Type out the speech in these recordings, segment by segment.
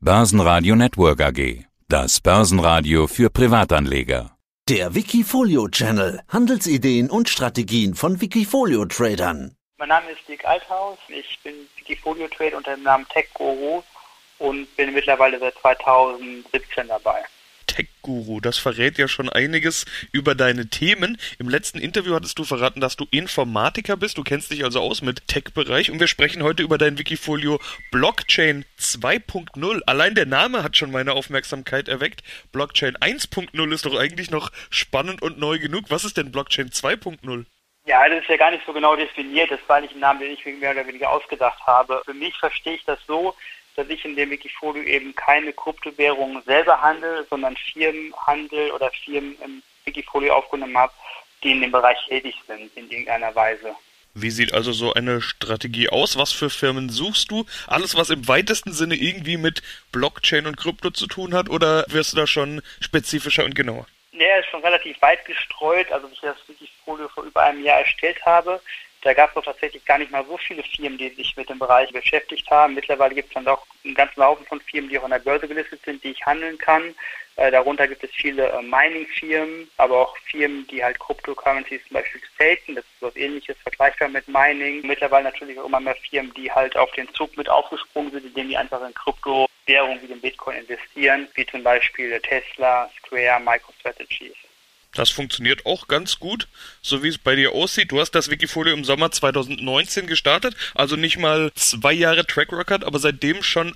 Börsenradio Network AG. Das Börsenradio für Privatanleger. Der Wikifolio-Channel. Handelsideen und Strategien von Wikifolio-Tradern. Mein Name ist Dirk Althaus. Ich bin Wikifolio-Trader unter dem Namen TechGuru und bin mittlerweile seit 2017 dabei. TechGuru, das verrät ja schon einiges über deine Themen. Im letzten Interview hattest du verraten, dass du Informatiker bist. Du kennst dich also aus mit Tech-Bereich und wir sprechen heute über dein Wikifolio Blockchain 2.0. Allein der Name hat schon meine Aufmerksamkeit erweckt. Blockchain 1.0 ist doch eigentlich noch spannend und neu genug. Was ist denn Blockchain 2.0? Ja, das ist ja gar nicht so genau definiert. Das war eigentlich ein Name, den ich mehr oder weniger ausgedacht habe. Für mich verstehe ich das so, dass ich in dem Wikifolio eben keine Kryptowährungen selber handle, sondern Firmen handle oder Firmen im Wikifolio aufgenommen habe, die in dem Bereich tätig sind, in irgendeiner Weise. Wie sieht also so eine Strategie aus? Was für Firmen suchst du? Alles, was im weitesten Sinne irgendwie mit Blockchain und Krypto zu tun hat, oder wirst du da schon spezifischer und genauer? Ja, ist schon relativ weit gestreut. Also, als ich das Wikifolio vor über einem Jahr erstellt habe, da gab es doch tatsächlich gar nicht mal so viele Firmen, die sich mit dem Bereich beschäftigt haben. Mittlerweile gibt es dann doch einen ganzen Haufen von Firmen, die auch an der Börse gelistet sind, die ich handeln kann. Darunter gibt es viele Mining-Firmen, aber auch Firmen, die halt Cryptocurrencies zum Beispiel staken. Das ist was Ähnliches, vergleichbar mit Mining. Mittlerweile natürlich auch immer mehr Firmen, die halt auf den Zug mit aufgesprungen sind, indem die einfach in Kryptowährungen wie den Bitcoin investieren, wie zum Beispiel Tesla, Square, MicroStrategy. Das funktioniert auch ganz gut, so wie es bei dir aussieht. Du hast das Wikifolio im Sommer 2019 gestartet, also nicht mal 2 Jahre Track Record, aber seitdem schon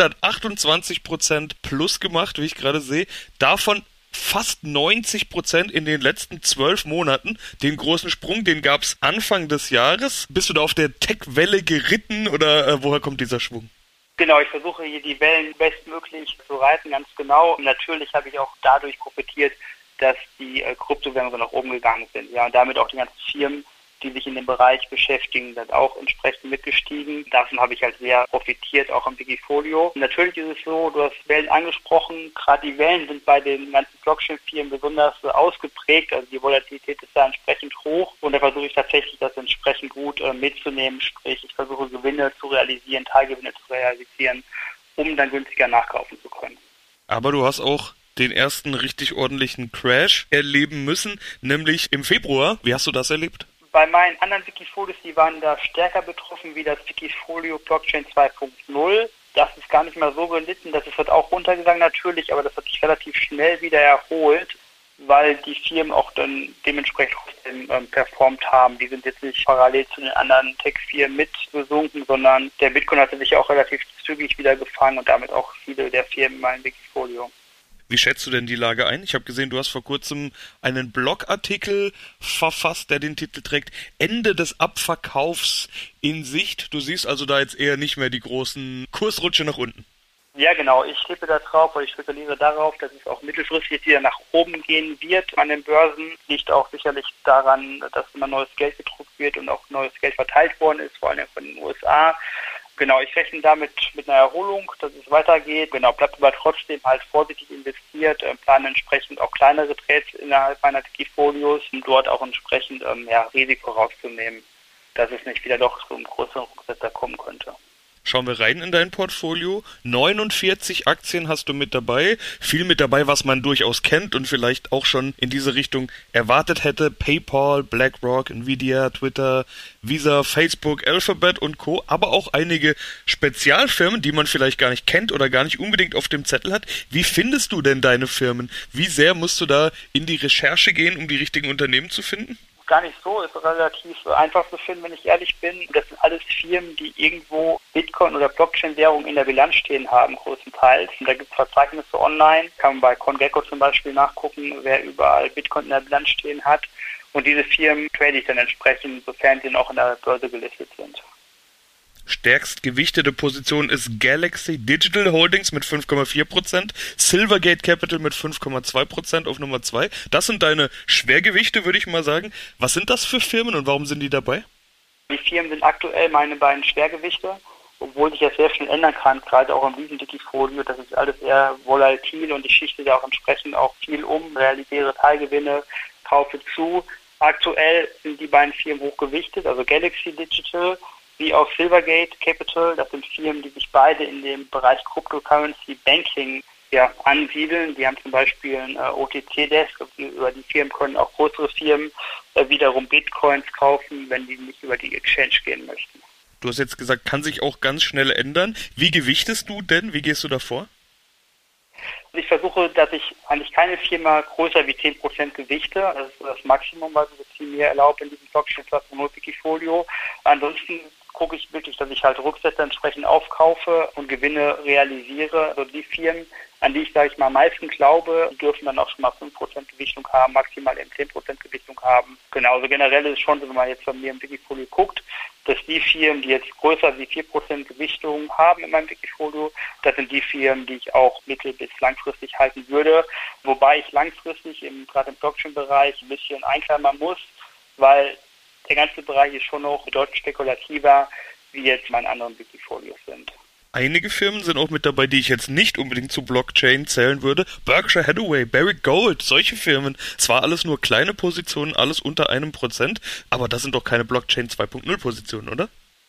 128% plus gemacht, wie ich gerade sehe. Davon fast 90% in den letzten 12 Monaten. Den großen Sprung, den gab es Anfang des Jahres. Bist du da auf der Tech-Welle geritten oder woher kommt dieser Schwung? Genau, ich versuche hier die Wellen bestmöglich zu reiten, ganz genau. Natürlich habe ich auch dadurch profitiert, dass die Kryptowährungen so nach oben gegangen sind. Ja, und damit auch die ganzen Firmen, die sich in dem Bereich beschäftigen, sind auch entsprechend mitgestiegen. Davon habe ich halt sehr profitiert, auch im Wikifolio. Natürlich ist es so, du hast Wellen angesprochen, gerade die Wellen sind bei den ganzen Blockchain-Firmen besonders ausgeprägt, also die Volatilität ist da entsprechend hoch und da versuche ich tatsächlich, das entsprechend gut mitzunehmen, sprich ich versuche Gewinne zu realisieren, Teilgewinne zu realisieren, um dann günstiger nachkaufen zu können. Aber du hast auch den ersten richtig ordentlichen Crash erleben müssen, nämlich im Februar. Wie hast du das erlebt? Bei meinen anderen Wikifolios, die waren da stärker betroffen wie das Wikifolio Blockchain 2.0. Das ist gar nicht mal so gelitten, das ist halt auch runtergegangen natürlich, aber das hat sich relativ schnell wieder erholt, weil die Firmen auch dann dementsprechend performt haben. Die sind jetzt nicht parallel zu den anderen Tech-Firmen mitgesunken, sondern der Bitcoin hatte sich auch relativ zügig wieder gefangen und damit auch viele der Firmen in meinem Wikifolio. Wie schätzt du denn die Lage ein? Ich habe gesehen, du hast vor kurzem einen Blogartikel verfasst, der den Titel trägt Ende des Abverkaufs in Sicht. Du siehst also da jetzt eher nicht mehr die großen Kursrutsche nach unten. Ja, genau. Ich tippe da drauf, oder ich spekuliere darauf, dass es auch mittelfristig wieder nach oben gehen wird an den Börsen. Liegt auch sicherlich daran, dass immer neues Geld gedruckt wird und auch neues Geld verteilt worden ist, vor allem von den USA. Genau, ich rechne damit mit einer Erholung, dass es weitergeht. Genau, bleibt aber trotzdem halt vorsichtig investiert, plane entsprechend auch kleinere Trades innerhalb meiner Wikifolios, um dort auch entsprechend Risiko rauszunehmen, dass es nicht wieder doch zu einem größeren Rücksetzer kommen könnte. Schauen wir rein in dein Portfolio. 49 Aktien hast du mit dabei. Viel mit dabei, was man durchaus kennt und vielleicht auch schon in diese Richtung erwartet hätte. PayPal, BlackRock, Nvidia, Twitter, Visa, Facebook, Alphabet und Co. Aber auch einige Spezialfirmen, die man vielleicht gar nicht kennt oder gar nicht unbedingt auf dem Zettel hat. Wie findest du denn deine Firmen? Wie sehr musst du da in die Recherche gehen, um die richtigen Unternehmen zu finden? Gar nicht so, ist relativ einfach zu finden, wenn ich ehrlich bin. Das sind alles Firmen, die irgendwo Bitcoin- oder Blockchain-Währung in der Bilanz stehen haben, größtenteils. Und da gibt es Verzeichnisse online, kann man bei CoinGecko zum Beispiel nachgucken, wer überall Bitcoin in der Bilanz stehen hat. Und diese Firmen trade ich dann entsprechend, sofern sie noch in der Börse gelistet sind. Stärkst gewichtete Position ist Galaxy Digital Holdings mit 5,4%, Silvergate Capital mit 5,2% auf Nummer 2. Das sind deine Schwergewichte, würde ich mal sagen. Was sind das für Firmen und warum sind die dabei? Die Firmen sind aktuell meine beiden Schwergewichte, obwohl sich das sehr schnell ändern kann, gerade auch im Wikifolio. Das ist alles eher volatil und ich schichte da auch entsprechend auch viel um, realisiere Teilgewinne, kaufe zu. Aktuell sind die beiden Firmen hochgewichtet, also Galaxy Digital wie auch Silvergate Capital. Das sind Firmen, die sich beide in dem Bereich Cryptocurrency Banking ansiedeln. Die haben zum Beispiel ein OTC-Desk, über die Firmen können auch größere Firmen wiederum Bitcoins kaufen, wenn die nicht über die Exchange gehen möchten. Du hast jetzt gesagt, kann sich auch ganz schnell ändern. Wie gewichtest du denn? Wie gehst du davor? Ich versuche, dass ich eigentlich keine Firma größer wie 10% gewichte. Das ist das Maximum, was das Team mir erlaubt in diesem Blockchain 2.0 Wikifolio. Ansonsten gucke ich wirklich, dass ich halt Rücksätze entsprechend aufkaufe und Gewinne realisiere. Also die Firmen, an die ich, sage ich mal, am meisten glaube, die dürfen dann auch schon mal 5% Gewichtung haben, maximal eben 10% Gewichtung haben. Genau, also generell ist es schon so, wenn man jetzt bei mir im Wikifolio guckt, dass die Firmen, die jetzt größer wie 4% Gewichtung haben in meinem Wikifolio, das sind die Firmen, die ich auch mittel- bis langfristig halten würde. Wobei ich langfristig gerade im Blockchain-Bereich ein bisschen einklammern muss, weil der ganze Bereich ist schon noch bedeutend spekulativer, wie jetzt meine anderen Wikifolios sind. Einige Firmen sind auch mit dabei, die ich jetzt nicht unbedingt zu Blockchain zählen würde. Berkshire Hathaway, Barrick Gold, solche Firmen. Zwar alles nur kleine Positionen, alles unter 1%, aber das sind doch keine Blockchain 2.0 Positionen, oder?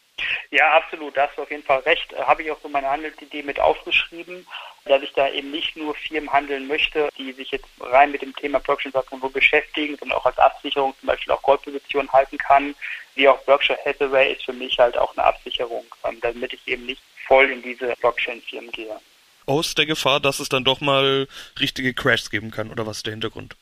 Ja, absolut. Da hast du auf jeden Fall recht. Habe ich auch so meine Handelsidee mit aufgeschrieben, dass ich da eben nicht nur Firmen handeln möchte, die sich jetzt rein mit dem Thema Blockchain 2.0 beschäftigen, sondern auch als Absicherung zum Beispiel auch Goldpositionen halten kann. Wie auch Berkshire Hathaway ist für mich halt auch eine Absicherung, damit ich eben nicht voll in diese Blockchain-Firmen gehe. Aus der Gefahr, dass es dann doch mal richtige Crashs geben kann, oder was ist der Hintergrund?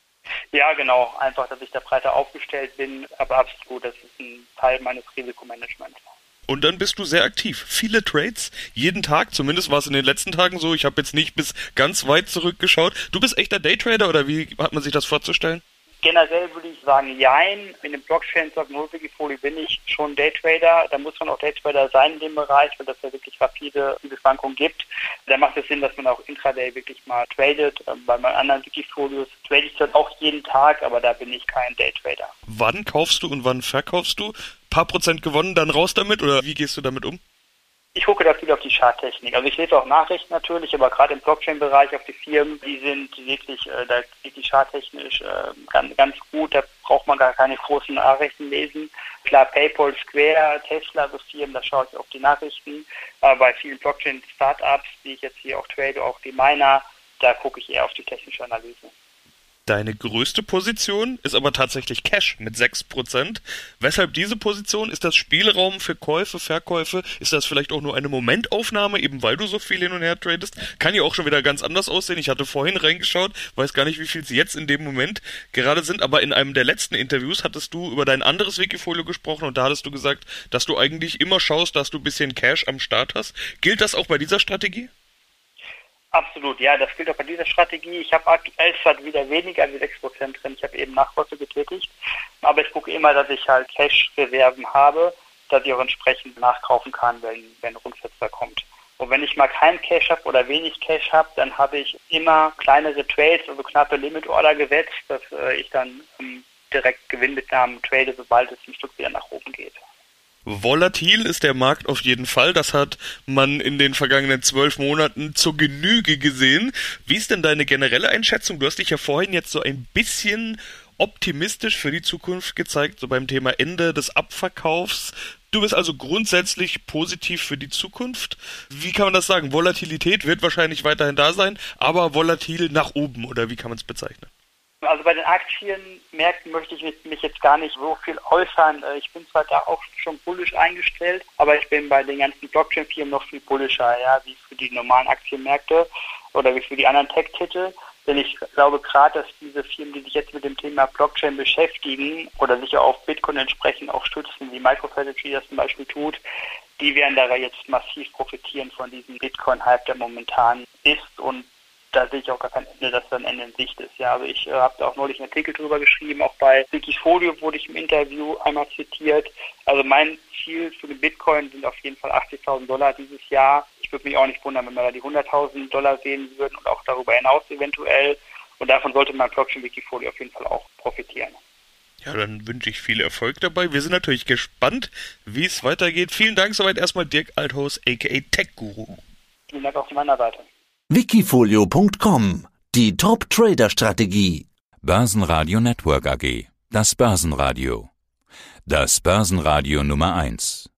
Ja, genau. Einfach, dass ich da breiter aufgestellt bin, aber absolut, das ist ein Teil meines Risikomanagements. Und dann bist du sehr aktiv. Viele Trades, jeden Tag, zumindest war es in den letzten Tagen so. Ich habe jetzt nicht bis ganz weit zurückgeschaut. Du bist echter Daytrader, oder wie hat man sich das vorzustellen? Generell würde ich sagen, jein. In dem Blockchain 2.0 Wikifolio bin ich schon Daytrader. Da muss man auch Daytrader sein in dem Bereich, weil das ja wirklich rapide Schwankungen gibt. Da macht es Sinn, dass man auch Intraday wirklich mal tradet. Bei meinen anderen Wikifolios trade ich dann auch jeden Tag, aber da bin ich kein Daytrader. Wann kaufst du und wann verkaufst du? Paar Prozent gewonnen, dann raus damit, oder wie gehst du damit um? Ich gucke da viel auf die Charttechnik. Also ich lese auch Nachrichten natürlich, aber gerade im Blockchain-Bereich auf die Firmen, die sind wirklich, da geht die charttechnisch ganz gut. Da braucht man gar keine großen Nachrichten lesen. Klar, PayPal, Square, Tesla, so Firmen, da schaue ich auf die Nachrichten. Aber bei vielen Blockchain-Startups, die ich jetzt hier auch trade, auch die Miner, da gucke ich eher auf die technische Analyse. Deine größte Position ist aber tatsächlich Cash mit 6%. Weshalb diese Position? Ist das Spielraum für Käufe, Verkäufe? Ist das vielleicht auch nur eine Momentaufnahme, eben weil du so viel hin und her tradest? Kann ja auch schon wieder ganz anders aussehen. Ich hatte vorhin reingeschaut, weiß gar nicht, wie viel es jetzt in dem Moment gerade sind, aber in einem der letzten Interviews hattest du über dein anderes Wikifolio gesprochen und da hattest du gesagt, dass du eigentlich immer schaust, dass du ein bisschen Cash am Start hast. Gilt das auch bei dieser Strategie? Absolut, ja, das gilt auch bei dieser Strategie. Ich habe aktuell zwar wieder weniger als 6% drin, ich habe eben Nachkäufe getätigt, aber ich gucke immer, dass ich halt Cash-Reserven habe, dass ich auch entsprechend nachkaufen kann, wenn Rücksetzer kommt. Und wenn ich mal kein Cash habe oder wenig Cash habe, dann habe ich immer kleinere Trades, also knappe Limit-Order gesetzt, dass ich dann direkt Gewinnmitnahmen trade, sobald es ein Stück wieder nach oben geht. Volatil ist der Markt auf jeden Fall. Das hat man in den vergangenen 12 Monaten zur Genüge gesehen. Wie ist denn deine generelle Einschätzung? Du hast dich ja vorhin jetzt so ein bisschen optimistisch für die Zukunft gezeigt, so beim Thema Ende des Abverkaufs. Du bist also grundsätzlich positiv für die Zukunft. Wie kann man das sagen? Volatilität wird wahrscheinlich weiterhin da sein, aber volatil nach oben, oder wie kann man es bezeichnen? Also bei den Aktienmärkten möchte ich mich jetzt gar nicht so viel äußern. Ich bin zwar da auch schon bullisch eingestellt, aber ich bin bei den ganzen Blockchain-Firmen noch viel bullischer, ja, wie für die normalen Aktienmärkte oder wie für die anderen Tech-Titel. Denn ich glaube gerade, dass diese Firmen, die sich jetzt mit dem Thema Blockchain beschäftigen oder sich auf Bitcoin entsprechend auch stützen, wie MicroStrategy das zum Beispiel tut, die werden da jetzt massiv profitieren von diesem Bitcoin-Hype, der momentan ist, und da sehe ich auch gar kein Ende, dass da ein Ende in Sicht ist. Ja, also ich habe da auch neulich einen Artikel drüber geschrieben, auch bei Wikifolio wurde ich im Interview einmal zitiert. Also mein Ziel für den Bitcoin sind auf jeden Fall $80.000 dieses Jahr. Ich würde mich auch nicht wundern, wenn wir da die $100.000 sehen würden und auch darüber hinaus eventuell. Und davon sollte mein Blockchain Wikifolio auf jeden Fall auch profitieren. Ja, dann wünsche ich viel Erfolg dabei. Wir sind natürlich gespannt, wie es weitergeht. Vielen Dank soweit erstmal Dirk Althaus, a.k.a. Tech Guru. Vielen Dank auch von meiner Seite. Wikifolio.com, die Top-Trader-Strategie. Börsenradio Network AG. Das Börsenradio. Das Börsenradio Nummer 1.